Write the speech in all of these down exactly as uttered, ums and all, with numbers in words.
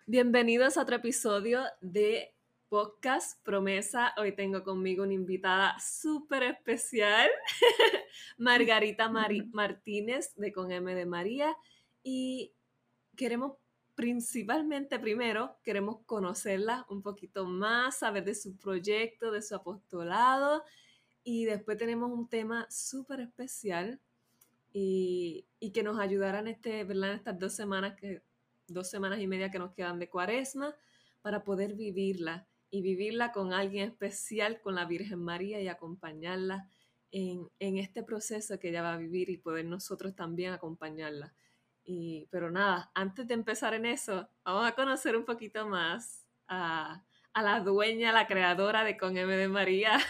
Bienvenidos a otro episodio de Podcast Promesa. Hoy tengo conmigo una invitada súper especial, Margarita Mari- Martínez de Con M de María. Y queremos principalmente, primero, queremos conocerla un poquito más, saber de su proyecto, de su apostolado. Y después tenemos un tema súper especial y, y que nos ayudará en, este, ¿verdad? en estas dos semanas, que, dos semanas y media que nos quedan de Cuaresma para poder vivirla y vivirla con alguien especial, con la Virgen María, y acompañarla en, en este proceso que ella va a vivir y poder nosotros también acompañarla. Y, pero nada, antes de empezar en eso, vamos a conocer un poquito más a, a la dueña, la creadora de Con M de María.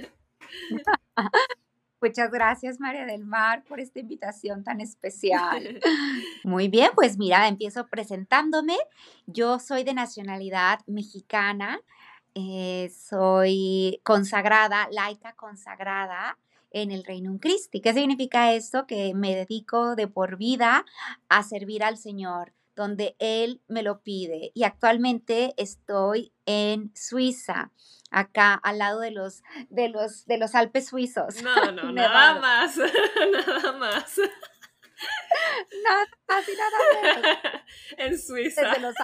Muchas gracias, María del Mar, por esta invitación tan especial. Muy bien, pues mira, empiezo presentándome. Yo soy de nacionalidad mexicana, eh, soy consagrada, laica consagrada en el Reino Christi. ¿Qué significa esto? Que me dedico de por vida a servir al Señor, donde Él me lo pide. Y actualmente estoy en Suiza, acá al lado de los, de los, de los Alpes suizos, No, no, nada nevados. más, nada más. Nada más y nada menos. En Suiza. Desde los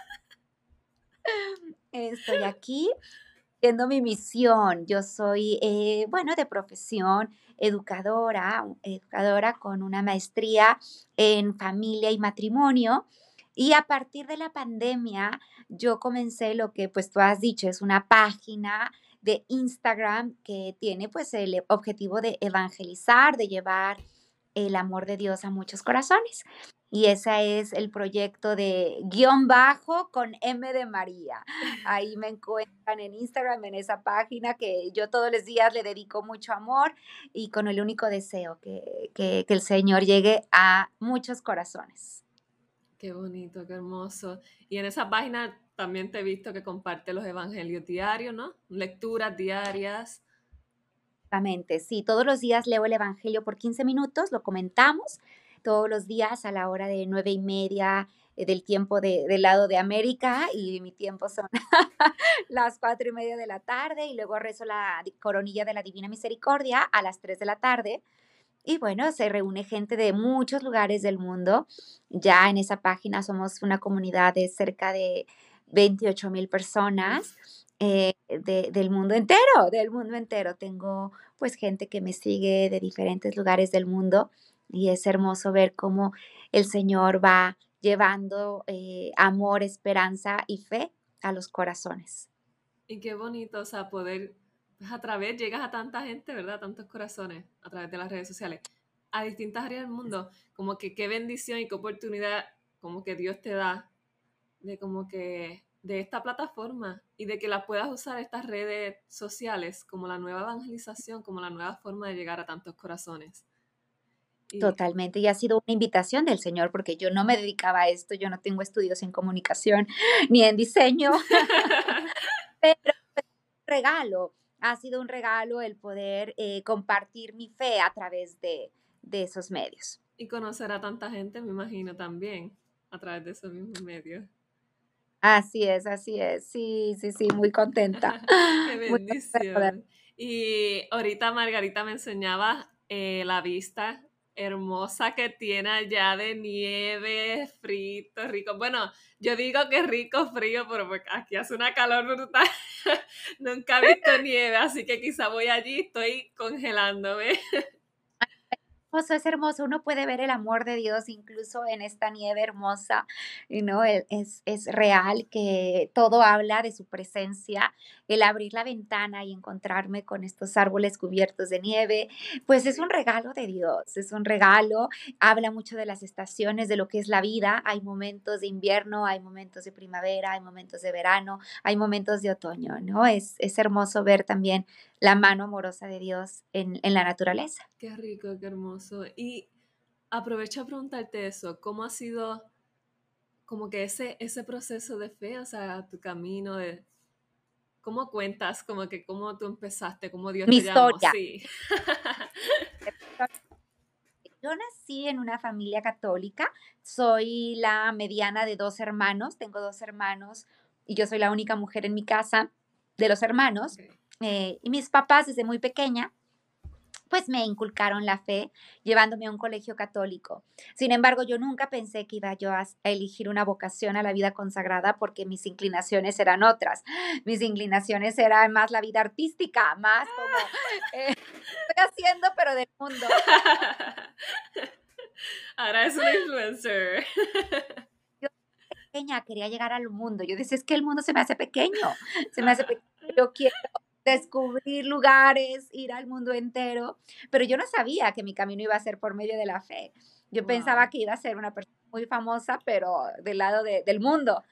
Estoy aquí viendo mi misión. Yo soy, eh, bueno, de profesión educadora, educadora con una maestría en familia y matrimonio. Y a partir de la pandemia, yo comencé lo que, pues tú has dicho, es una página de Instagram que tiene, pues, el objetivo de evangelizar, de llevar el amor de Dios a muchos corazones. Y ese es el proyecto de guión bajo con M de María. Ahí me encuentran en Instagram, en esa página que yo todos los días le dedico mucho amor y con el único deseo que, que, que el Señor llegue a muchos corazones. Qué bonito, qué hermoso. Y en esa página también te he visto que comparte los evangelios diarios, ¿no? Lecturas diarias. Exactamente, sí, todos los días leo el Evangelio por quince minutos, lo comentamos todos los días a la hora de nueve y media eh, del tiempo de, del lado de América y mi tiempo son las cuatro y media de la tarde y luego rezo la di- coronilla de la Divina Misericordia a las tres de la tarde. Y bueno, se reúne gente de muchos lugares del mundo. Ya en esa página somos una comunidad de cerca de veintiocho mil personas Uf, eh, de- del mundo entero, del mundo entero. Tengo pues gente que me sigue de diferentes lugares del mundo y es hermoso ver cómo el Señor va llevando eh, amor, esperanza y fe a los corazones. y qué bonito, o sea, poder, pues a través, llegas a tanta gente, ¿verdad? A tantos corazones a través de las redes sociales, a distintas áreas del mundo. Como que qué bendición y qué oportunidad como que Dios te da de como que de esta plataforma y de que la puedas usar estas redes sociales como la nueva evangelización, como la nueva forma de llegar a tantos corazones. Y Totalmente, y ha sido una invitación del Señor, porque yo no me dedicaba a esto, yo no tengo estudios en comunicación ni en diseño, pero es un regalo, ha sido un regalo el poder eh, compartir mi fe a través de, de esos medios. y conocer a tanta gente, me imagino también, a través de esos mismos medios. Así es, así es, sí, sí, sí, muy contenta, ¡Qué muy contenta de poder. bendición! Y ahorita Margarita me enseñaba eh, la vista hermosa que tiene allá de nieve, frito, rico. Bueno, yo digo que rico, frío, pero porque aquí hace una calor brutal. Nunca he visto nieve, así que quizá voy allí y estoy congelándome. Hermoso, es hermoso, uno puede ver el amor de Dios incluso en esta nieve hermosa, y ¿no? E- Es, es real que todo habla de su presencia, el abrir la ventana y encontrarme con estos árboles cubiertos de nieve, pues es un regalo de Dios, es un regalo, habla mucho de las estaciones, de lo que es la vida, hay momentos de invierno, hay momentos de primavera, hay momentos de verano, hay momentos de otoño, ¿no? Es, es hermoso ver también la mano amorosa de Dios en, en la naturaleza. Qué rico, qué hermoso. Y aprovecho a preguntarte eso, ¿cómo ha sido como que ese, ese proceso de fe, o sea, tu camino de... ¿Cómo cuentas? Como que cómo tú empezaste, cómo Dios Mi te llamó, historia. sí. yo nací en una familia católica, soy la mediana de dos hermanos, tengo dos hermanos y yo soy la única mujer en mi casa de los hermanos. Ok. Eh, y mis papás desde muy pequeña pues me inculcaron la fe llevándome a un colegio católico. Sin embargo, yo nunca pensé que iba yo a, a elegir una vocación a la vida consagrada porque mis inclinaciones eran otras. Mis inclinaciones eran más la vida artística, más como eh, estoy haciendo, pero del mundo. Ahora es una influencer. Yo pequeña quería llegar al mundo. Yo decía, es que el mundo se me hace pequeño, se me hace pequeño. Yo quiero descubrir lugares, ir al mundo entero, pero yo no sabía que mi camino iba a ser por medio de la fe. Yo Wow. pensaba que iba a ser una persona muy famosa, pero del lado de, del mundo.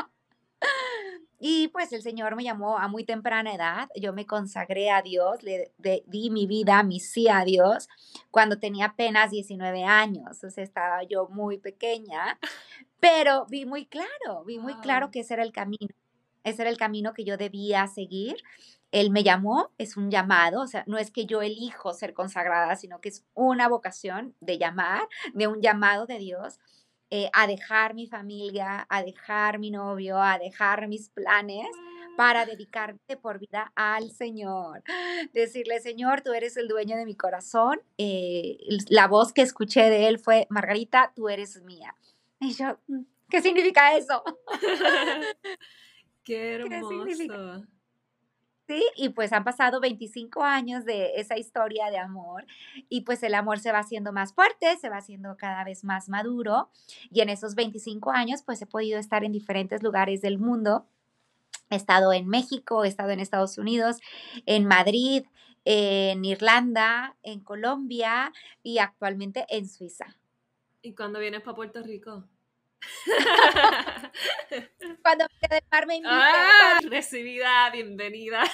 Y pues el Señor me llamó a muy temprana edad, yo me consagré a Dios, le de- di mi vida, mi sí a Dios, cuando tenía apenas diecinueve años, o sea, estaba yo muy pequeña, pero vi muy claro, vi muy claro Wow. que ese era el camino, ese era el camino que yo debía seguir. Él me llamó, es un llamado, o sea, no es que yo elijo ser consagrada, sino que es una vocación de llamar, de un llamado de Dios, eh, a dejar mi familia, a dejar mi novio, a dejar mis planes para dedicarte por vida al Señor. Decirle, Señor, tú eres el dueño de mi corazón. Eh, la voz que escuché de él fue, Margarita, tú eres mía. Y yo, "Mm, ¿qué significa eso?" Qué ¿Qué significa? hermoso. Sí, y pues han pasado veinticinco años de esa historia de amor y pues el amor se va haciendo más fuerte, se va haciendo cada vez más maduro y en esos veinticinco años pues he podido estar en diferentes lugares del mundo. He estado en México, he estado en Estados Unidos, en Madrid, en Irlanda, en Colombia y actualmente en Suiza. ¿Y cuándo vienes para Puerto Rico? Cuando María del Mar me invite, ¡Ah! cuando... Recibida, bienvenida.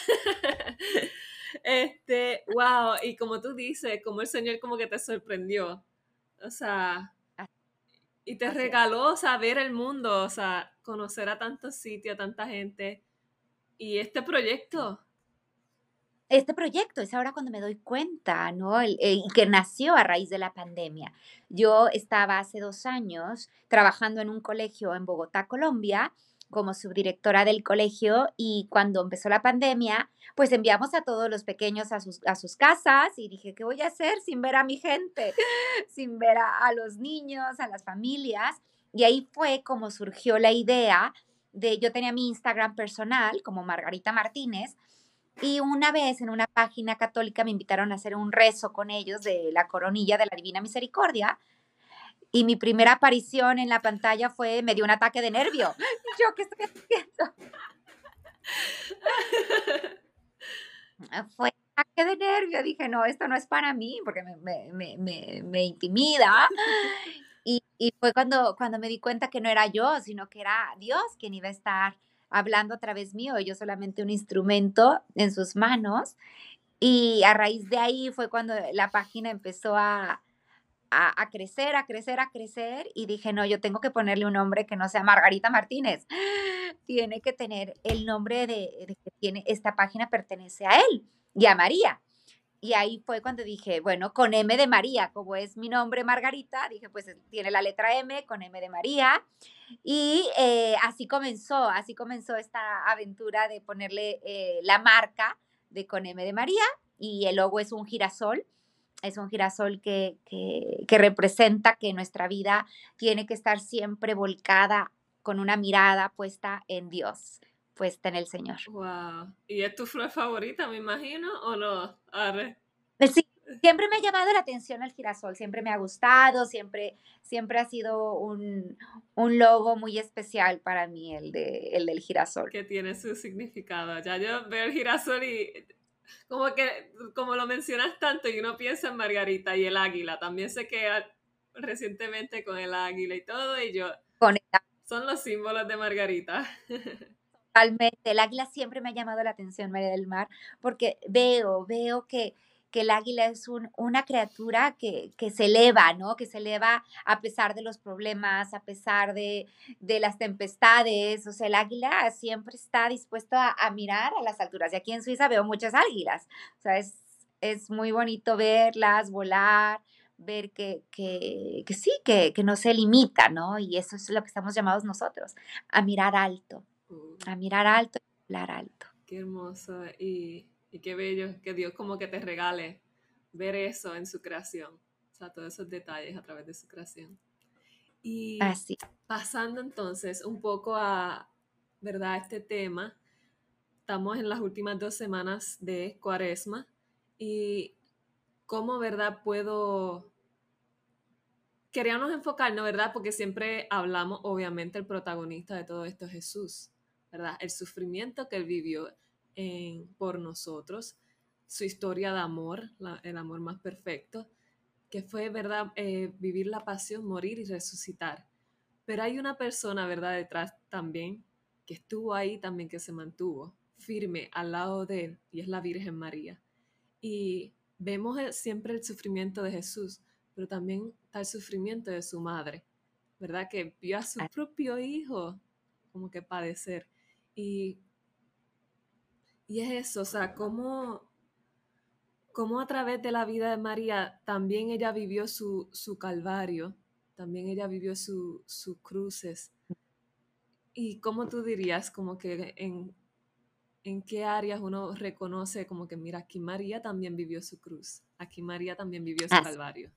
Este, wow, y como tú dices, como el Señor como que te sorprendió, o sea, y te Así es. regaló saber el mundo, o sea, conocer a tantos sitios, a tanta gente, y este proyecto. Este proyecto es ahora cuando me doy cuenta, ¿no? El, eh, y que nació a raíz de la pandemia. Yo estaba hace dos años trabajando en un colegio en Bogotá, Colombia, como subdirectora del colegio y cuando empezó la pandemia, pues enviamos a todos los pequeños a sus, a sus casas y dije, ¿qué voy a hacer sin ver a mi gente? Sin ver a, a los niños, a las familias. Y ahí fue como surgió la idea de, yo tenía mi Instagram personal como Margarita Martínez y una vez en una página católica me invitaron a hacer un rezo con ellos de la coronilla de la Divina Misericordia. Y mi primera aparición en la pantalla fue, me dio un ataque de nervio. Y yo, ¿qué estoy haciendo? Fue ataque de nervio. Dije, no, esto no es para mí, porque me, me, me, me, me intimida. Y, y fue cuando, cuando me di cuenta que no era yo, sino que era Dios quien iba a estar hablando a través mío, y yo solamente un instrumento en sus manos. Y a raíz de ahí fue cuando la página empezó a, a, a crecer, a crecer, a crecer y dije, no, yo tengo que ponerle un nombre que no sea Margarita Martínez. Tiene que tener el nombre de, de que tiene, esta página pertenece a él y a María. Y ahí fue cuando dije, bueno, con M de María, como es mi nombre Margarita, dije, pues tiene la letra M con M de María. Y eh, así comenzó, así comenzó esta aventura de ponerle eh, la marca de con M de María y el logo es un girasol. Es un girasol que, que, que representa que nuestra vida tiene que estar siempre volcada con una mirada puesta en Dios, puesta en el Señor. Wow. ¿Y es tu flor favorita, me imagino, o no? Arre. Pues sí, siempre me ha llamado la atención el girasol, siempre me ha gustado, siempre, siempre ha sido un, un logo muy especial para mí, el, de, el del girasol. Que tiene su significado. Ya yo veo el girasol y como que, como lo mencionas tanto y uno piensa en Margarita y el águila. También sé que recientemente con el águila y todo, y yo, Con el, son los símbolos de Margarita. totalmente, el águila siempre me ha llamado la atención, María del Mar, porque veo, veo que, que el águila es un, una criatura que, que se eleva, ¿no? Que se eleva a pesar de los problemas, a pesar de, de las tempestades. O sea, el águila siempre está dispuesto a, a mirar a las alturas. Y aquí en Suiza veo muchas águilas. O sea, es, es muy bonito verlas volar, ver que, que, que sí, que, que no se limita, ¿no? Y eso es lo que estamos llamados nosotros, a mirar alto, Uh, a mirar alto y hablar alto. qué hermoso y, y qué bello que Dios como que te regale ver eso en su creación. O sea, todos esos detalles a través de su creación. Y Así. pasando entonces un poco a, ¿verdad? Este tema, estamos en las últimas dos semanas de Cuaresma y cómo, ¿verdad? Puedo... Queríamos enfocarnos, ¿verdad? Porque siempre hablamos, obviamente, el protagonista de todo esto es Jesús, ¿verdad? El sufrimiento que él vivió en, por nosotros, su historia de amor, la, el amor más perfecto, que fue, ¿verdad? Eh, vivir la pasión, morir y resucitar. Pero hay una persona, ¿verdad? Detrás también, que estuvo ahí también, que se mantuvo firme al lado de él, y es la Virgen María. Y vemos el- siempre el sufrimiento de Jesús, pero también está el sufrimiento de su madre, ¿verdad? Que vio a su propio hijo como que padecer. Y, y es eso, o sea, cómo, cómo a través de la vida de María también ella vivió su, su calvario, también ella vivió su- sus cruces. ¿Y cómo tú dirías como que en, en qué áreas uno reconoce como que, mira, aquí María también vivió su cruz, aquí María también vivió su Así. calvario?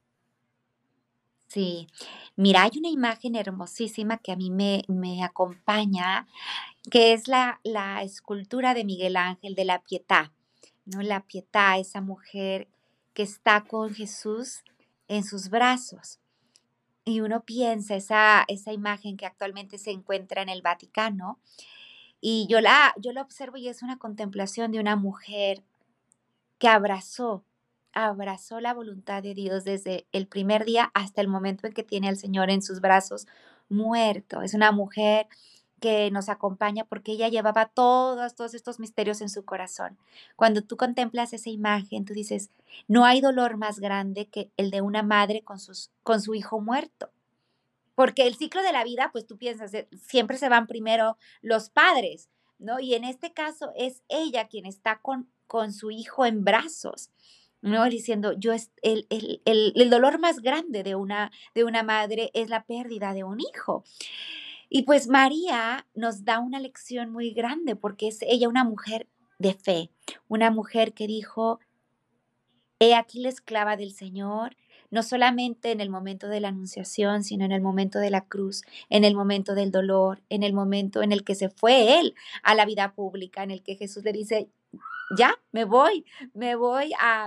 Sí, mira, hay una imagen hermosísima que a mí me, me acompaña, que es la, la escultura de Miguel Ángel de la Pietà, ¿no? La Pietà, esa mujer que está con Jesús en sus brazos. Y uno piensa esa, esa imagen que actualmente se encuentra en el Vaticano, y yo la, yo la observo y es una contemplación de una mujer que abrazó, abrazó la voluntad de Dios desde el primer día hasta el momento en que tiene al Señor en sus brazos muerto. Es una mujer que nos acompaña porque ella llevaba todos, todos estos misterios en su corazón. Cuando tú contemplas esa imagen, tú dices, no hay dolor más grande que el de una madre con, sus, con su hijo muerto. Porque el ciclo de la vida, pues tú piensas, eh, siempre se van primero los padres, ¿no? Y en este caso es ella quien está con, con su hijo en brazos, ¿no? Diciendo, yo es el, el, el, el dolor más grande de una, de una madre es la pérdida de un hijo. Y pues María nos da una lección muy grande porque es ella una mujer de fe, una mujer que dijo, he aquí la esclava del Señor, no solamente en el momento de la anunciación, sino en el momento de la cruz, en el momento del dolor, en el momento en el que se fue Él a la vida pública, en el que Jesús le dice, ya, me voy, me voy a,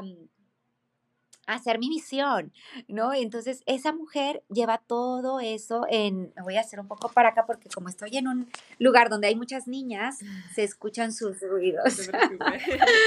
a hacer mi misión, ¿no? Entonces, esa mujer lleva todo eso en, me voy a hacer un poco para acá porque como estoy en un lugar donde hay muchas niñas, se escuchan sus No te ruidos. preocupes.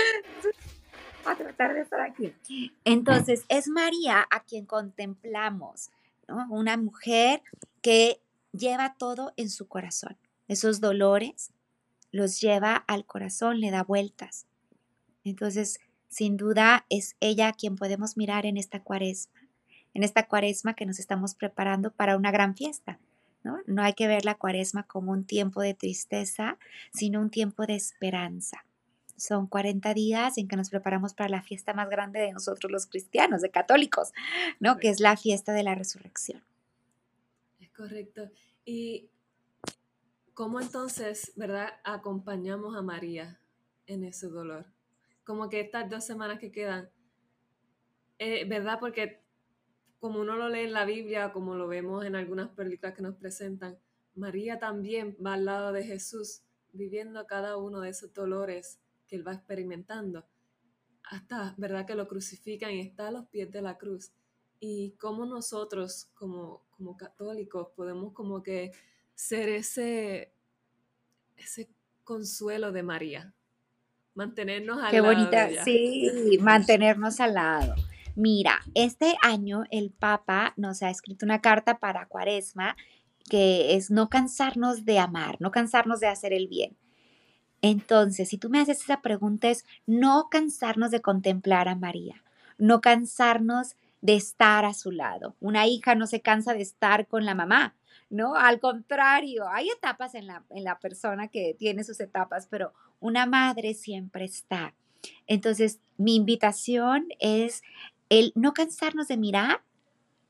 A tratar de estar aquí. Entonces, es María a quien contemplamos, ¿no? Una mujer que lleva todo en su corazón. Esos dolores los lleva al corazón, le da vueltas. Entonces, sin duda, es ella a quien podemos mirar en esta cuaresma, en esta cuaresma que nos estamos preparando para una gran fiesta, ¿no? No hay que ver la cuaresma como un tiempo de tristeza, sino un tiempo de esperanza. Son cuarenta días en que nos preparamos para la fiesta más grande de nosotros los cristianos, de católicos, ¿no? Que es Correcto. la fiesta de la resurrección. Es correcto. ¿Y cómo entonces, verdad, acompañamos a María en ese dolor? Como que estas dos semanas que quedan, eh, ¿verdad? Porque como uno lo lee en la Biblia, como lo vemos en algunas películas que nos presentan, María también va al lado de Jesús, viviendo cada uno de esos dolores que él va experimentando, hasta, ¿verdad? Que lo crucifican y está a los pies de la cruz. Y cómo nosotros, como, como católicos, podemos como que ser ese, ese consuelo de María, mantenernos Qué al lado de bonita, ella. sí, mantenernos al lado. Mira, este año el Papa nos ha escrito una carta para Cuaresma que es no cansarnos de amar, no cansarnos de hacer el bien. Entonces, si tú me haces esa pregunta es no cansarnos de contemplar a María, no cansarnos de estar a su lado. Una hija no se cansa de estar con la mamá, ¿no? Al contrario, hay etapas en la, en la persona que tiene sus etapas, pero una madre siempre está. Entonces, mi invitación es el no cansarnos de mirar,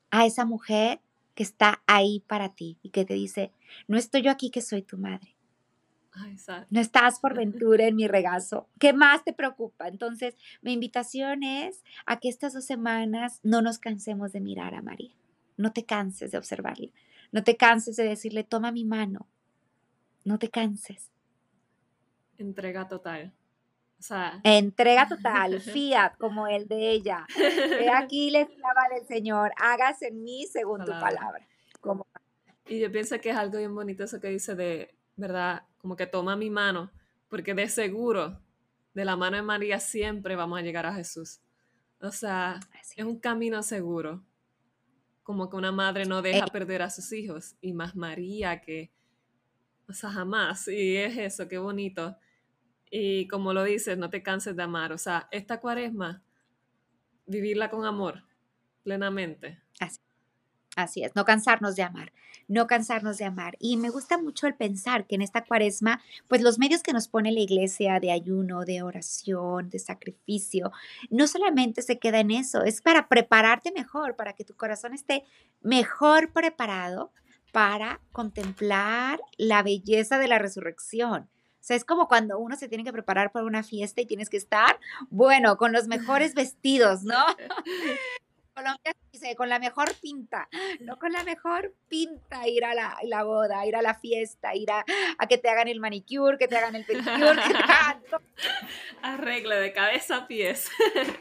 a esa mujer que está ahí para ti y que te dice, no estoy yo aquí que soy tu madre. Ay, exacto. No estás por ventura en mi regazo. ¿Qué más te preocupa? Entonces, mi invitación es a que estas dos semanas no nos cansemos de mirar a María. No te canses de observarla. No te canses de decirle, toma mi mano. No te canses. Entrega total. O sea, Entrega total, fiat como el de ella. He aquí la esclava del Señor, hágase en mí según tu palabra. palabra. Como Y yo pienso que es algo bien bonito eso que dice de, ¿verdad? Como que toma mi mano, porque de seguro, de la mano de María siempre vamos a llegar a Jesús. O sea, así es es. un camino seguro, como que una madre no Eh, deja perder a sus hijos, y más María que, o sea, jamás. Y es eso, qué bonito. Y como lo dices, no te canses de amar. O sea, esta cuaresma, vivirla con amor, plenamente. así. Así es, no cansarnos de amar, no cansarnos de amar. Y me gusta mucho el pensar que en esta cuaresma, pues los medios que nos pone la iglesia de ayuno, de oración, de sacrificio, no solamente se queda en eso, es para prepararte mejor, para que tu corazón esté mejor preparado para contemplar la belleza de la resurrección. O sea, es como cuando uno se tiene que preparar para una fiesta y tienes que estar, bueno, con los mejores vestidos, ¿no? Colombia dice, con la mejor pinta, no con la mejor pinta ir a la, la boda, ir a la fiesta, ir a, a que te hagan el manicure, que te hagan el pedicure, que te hagan todo. Arregle de cabeza a pies.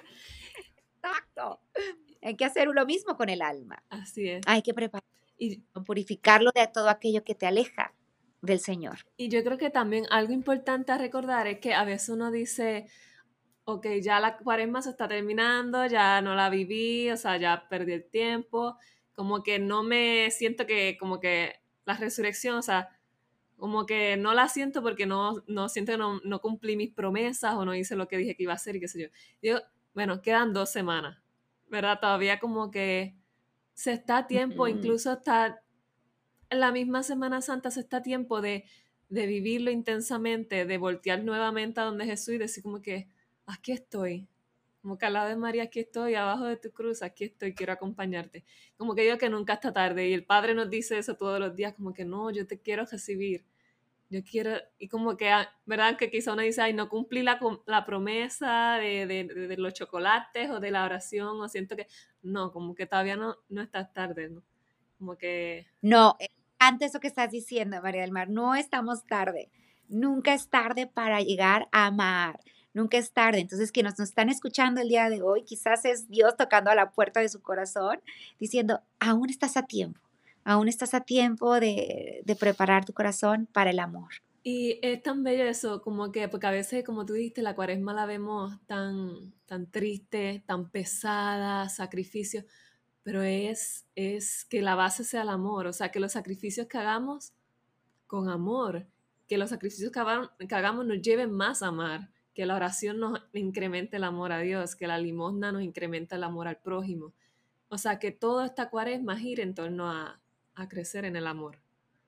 Exacto. Hay que hacer lo mismo con el alma. Así es. Hay que prepararlo, Y, purificarlo de todo aquello que te aleja del Señor. y yo creo que también algo importante a recordar es que a veces uno dice, ok, ya la cuaresma se está terminando, ya no la viví, o sea, ya perdí el tiempo, como que no me siento que, como que la resurrección, o sea, como que no la siento porque no, no siento que no, no cumplí mis promesas o no hice lo que dije que iba a hacer y qué sé yo. Yo, bueno, quedan dos semanas, ¿verdad? Todavía como que se está a tiempo, Ujú. incluso está en la misma Semana Santa, se está a tiempo de, de vivirlo intensamente, de voltear nuevamente a donde Jesús y decir como que, aquí estoy, como que al lado de María, aquí estoy, abajo de tu cruz, aquí estoy, quiero acompañarte. Como que digo que nunca está tarde y el Padre nos dice eso todos los días, como que no, yo te quiero recibir, yo quiero, y como que, ah, ¿verdad? Que quizá uno dice, ay, no cumplí la, com- la promesa de, de, de- de los chocolates o de la oración, o siento que, no, como que todavía no, no está tarde, ¿no? Como que, No, eh, antes eso que estás diciendo, María del Mar, no estamos tarde. Nunca es tarde para llegar a amar. Nunca es tarde. Entonces, quienes nos están escuchando el día de hoy, quizás es Dios tocando a la puerta de su corazón, diciendo, aún estás a tiempo, aún estás a tiempo de, de preparar tu corazón para el amor. y es tan bello eso, como que, porque a veces, como tú dijiste, la cuaresma la vemos tan, tan triste, tan pesada, sacrificio, pero es, es que la base sea el amor, o sea, que los sacrificios que hagamos con amor, que los sacrificios que hagamos, que hagamos nos lleven más a amar, que la oración nos incremente el amor a Dios, que la limosna nos incrementa el amor al prójimo. O sea, que toda esta cuaresma gira en torno a, a crecer en el amor.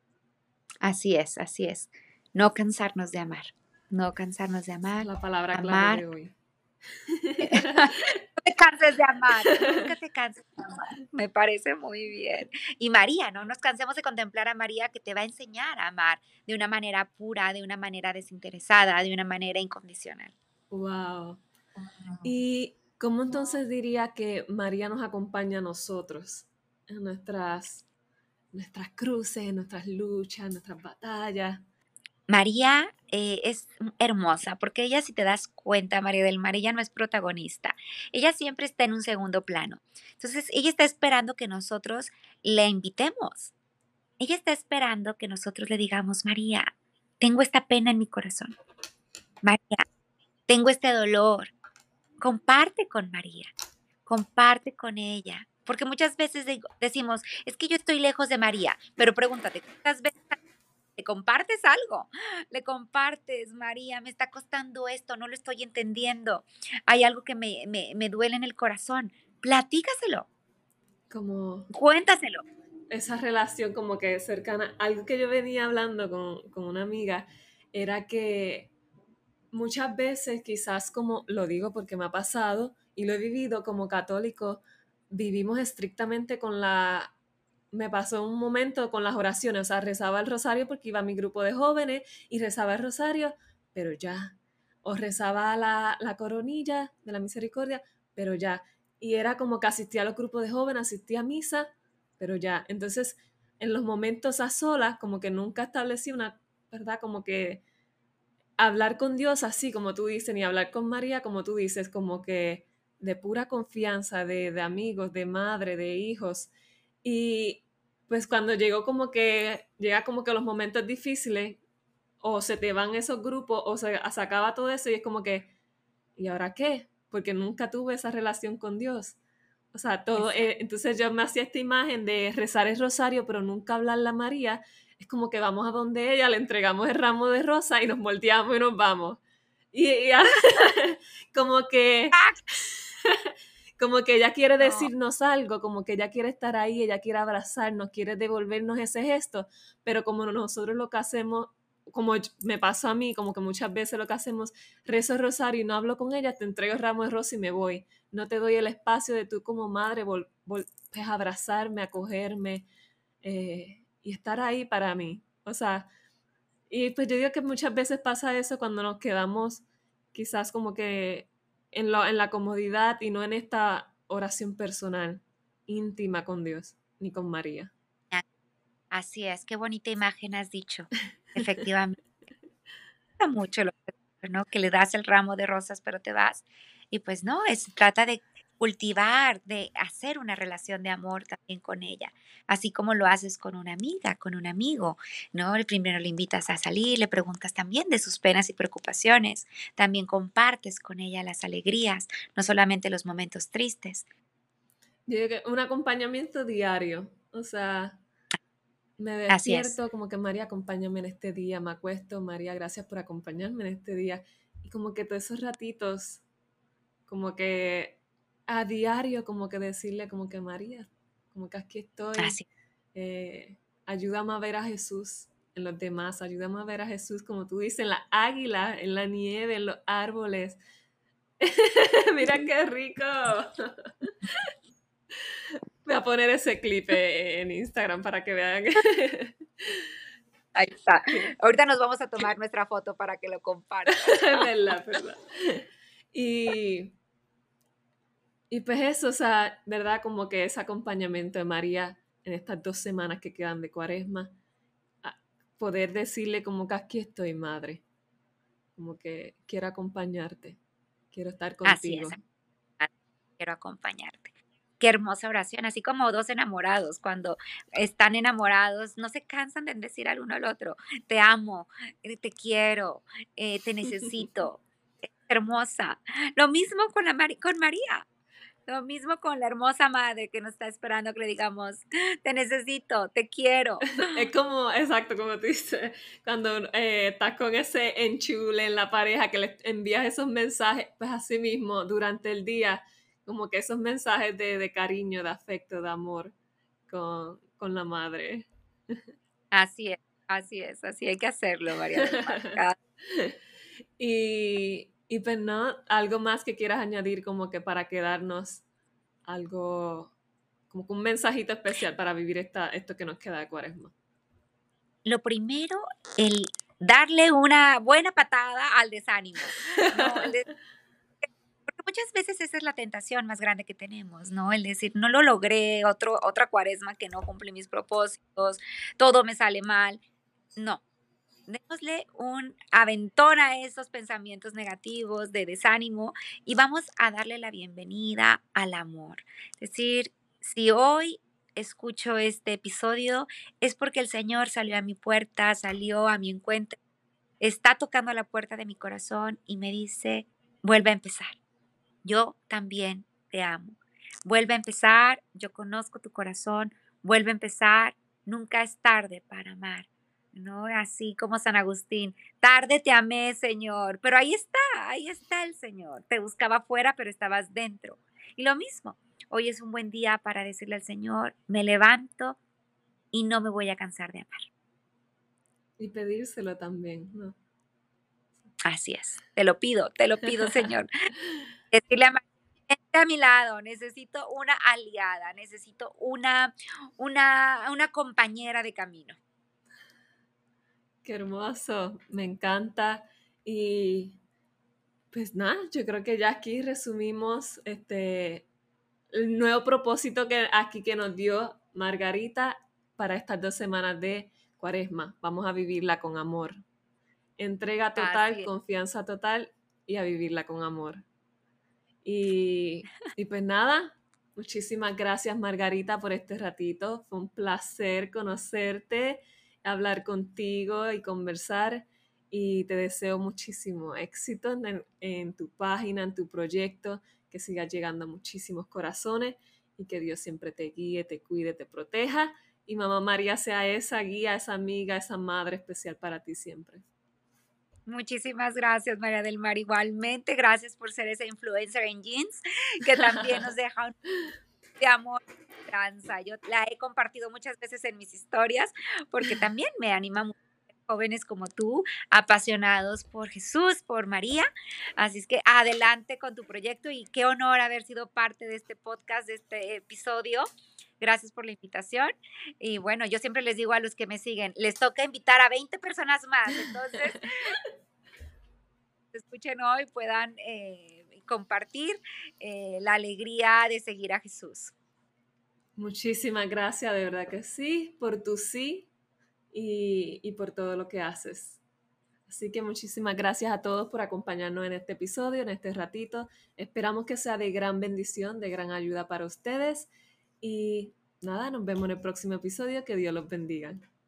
Así es, así es. No cansarnos de amar. No cansarnos de Esa es amar. la palabra clave Amar. de hoy. No te canses de amar, nunca te canses de amar. Me parece muy bien. Y María, no nos cansemos de contemplar a María que te va a enseñar a amar de una manera pura, de una manera desinteresada, de una manera incondicional. Wow. ¿Y cómo entonces diría que María nos acompaña a nosotros en nuestras, nuestras cruces, en nuestras luchas, en nuestras batallas? María eh, es hermosa porque ella, si te das cuenta, María del Mar, ella no es protagonista. Ella siempre está en un segundo plano. Entonces, ella está esperando que nosotros le invitemos. Ella está esperando que nosotros le digamos, María, tengo esta pena en mi corazón. María, tengo este dolor. Comparte con María, comparte con ella. Porque muchas veces digo- decimos, es que yo estoy lejos de María, pero pregúntate, ¿cuántas veces le compartes algo? Le compartes, María, me está costando esto, no lo estoy entendiendo. Hay algo que me, me, me duele en el corazón. Platícaselo, Como cuéntaselo. esa relación como que cercana. Algo que yo venía hablando con, con una amiga era que muchas veces quizás como, lo digo porque me ha pasado y lo he vivido como católico, vivimos estrictamente con la... Me pasó un momento con las oraciones, o sea, rezaba el rosario porque iba a mi grupo de jóvenes y rezaba el rosario, pero ya. O rezaba la, la coronilla de la misericordia, pero ya. Y era como que asistía a los grupos de jóvenes, asistía a misa, pero ya. Entonces, en los momentos a solas, como que nunca establecí una, ¿verdad? Como que hablar con Dios así, como tú dices, ni hablar con María, como tú dices, como que de pura confianza, de, de amigos, de madre, de hijos. Y pues cuando llegó como que, llega como que los momentos difíciles, o se te van esos grupos, o se, se acaba todo eso, y es como que, ¿y ahora qué? Porque nunca tuve esa relación con Dios. O sea, todo, Exacto. eh, entonces yo me hacía esta imagen de rezar el rosario, pero nunca hablarle a María. Es como que vamos a donde ella, le entregamos el ramo de rosa y nos volteamos y nos vamos. Y, y como que, como que ella quiere No, decirnos algo, como que ella quiere estar ahí, ella quiere abrazarnos, quiere devolvernos ese gesto, pero como nosotros lo que hacemos, como me pasó a mí, como que muchas veces lo que hacemos, rezo el rosario y no hablo con ella, te entrego el ramo de rosa y me voy. No te doy el espacio de tú como madre vol, vol, pues abrazarme, acogerme eh, y estar ahí para mí. O sea, y pues yo digo que muchas veces pasa eso cuando nos quedamos quizás como que en, lo, en la comodidad y no en esta oración personal, íntima con Dios, ni con María. a- así es, qué bonita imagen has dicho. Efectivamente, gusta mucho lo que, ¿no? Que le das el ramo de rosas, pero te vas. Y pues no, es trata de cultivar, de hacer una relación de amor también con ella, así como lo haces con una amiga, con un amigo, ¿no? El primero le invitas a salir, le preguntas también de sus penas y preocupaciones, también compartes con ella las alegrías, no solamente los momentos tristes. Yo digo que un acompañamiento diario, o sea, me Así es. despierto como que María, acompáñame en este día, me acuesto, María, gracias por acompañarme en este día. Y como que todos esos ratitos, como que a diario, como que decirle como que María, como que aquí estoy, Así. eh, ayúdame a ver a Jesús en los demás, ayúdame a ver a Jesús, como tú dices, en la águila, en la nieve, en los árboles. Mira qué rico. Voy a poner ese clip eh, en Instagram para que vean. Ahí está. Ahorita nos vamos a tomar nuestra foto para que lo compartas. verdad, verdad. Y, y pues eso, o sea, verdad, como que ese acompañamiento de María en estas dos semanas que quedan de cuaresma, a poder decirle como que aquí estoy, madre, como que quiero acompañarte, quiero estar Así es. contigo. Quiero acompañarte. Qué hermosa oración, así como dos enamorados, cuando están enamorados, no se cansan de decir al uno al otro, te amo, eh, te quiero, eh, te necesito, hermosa. Lo mismo con, la Mari- con María, lo mismo con la hermosa madre que nos está esperando que le digamos, te necesito, te quiero. Es como, exacto, como tú dices, cuando eh, estás con ese enchule en la pareja que le envías esos mensajes, pues así mismo, durante el día, como que esos mensajes de, de cariño, de afecto, de amor con, con la madre. Así es, así es, así hay que hacerlo, María del Mar. Cada- y, y pues no, algo más que quieras añadir como que para quedarnos algo, como que un mensajito especial para vivir esta, esto que nos queda de cuaresma. Lo primero, el darle una buena patada al desánimo, ¿no? El Porque muchas veces esa es la tentación más grande que tenemos, ¿no? El decir, no lo logré, otro, otra cuaresma que no cumple mis propósitos, todo me sale mal. No, démosle un aventón a esos pensamientos negativos de desánimo y vamos a darle la bienvenida al amor. Es decir, si hoy escucho este episodio es porque el Señor salió a mi puerta, salió a mi encuentro, está tocando a la puerta de mi corazón y me dice, vuelve a empezar. Yo también te amo. Vuelve a empezar, yo conozco tu corazón, vuelve a empezar, nunca es tarde para amar, ¿no? Así como San Agustín, tarde te amé, Señor, pero ahí está, ahí está el Señor. Te buscaba afuera, pero estabas dentro. Y lo mismo, hoy es un buen día para decirle al Señor, me levanto y no me voy a cansar de amar. Y pedírselo también, ¿no? Así es, te lo pido, te lo pido, Señor. Decirle a María Vente a mi lado, necesito una aliada, necesito una, una, una compañera de camino. Qué hermoso, me encanta. Y pues nada, yo creo que ya aquí resumimos este, el nuevo propósito que aquí que nos dio Margarita para estas dos semanas de Cuaresma. Vamos a vivirla con amor. Entrega total, Así es. confianza total y a vivirla con amor. Y, y pues nada, muchísimas gracias Margarita por este ratito. Fue un placer conocerte, hablar contigo y conversar. Y te deseo muchísimo éxito en, en tu página, en tu proyecto, que sigas llegando a muchísimos corazones y que Dios siempre te guíe, te cuide, te proteja. Y Mamá María sea esa guía, esa amiga, esa madre especial para ti siempre. Muchísimas gracias, María del Mar. Igualmente, gracias por ser esa influencer en jeans que también nos deja un de amor y esperanza. Yo la he compartido muchas veces en mis historias porque también me anima mucho ver jóvenes como tú, apasionados por Jesús, por María. Así es que adelante con tu proyecto y qué honor haber sido parte de este podcast, de este episodio. Gracias por la invitación. Y bueno, yo siempre les digo a los que me siguen, les toca invitar a veinte personas más. Entonces, escuchen hoy, puedan eh, compartir eh, la alegría de seguir a Jesús. Muchísimas gracias, de verdad que sí, por tu sí y, y por todo lo que haces. Así que muchísimas gracias a todos por acompañarnos en este episodio, en este ratito. Esperamos que sea de gran bendición, de gran ayuda para ustedes. Y nada, nos vemos en el próximo episodio. Que Dios los bendiga.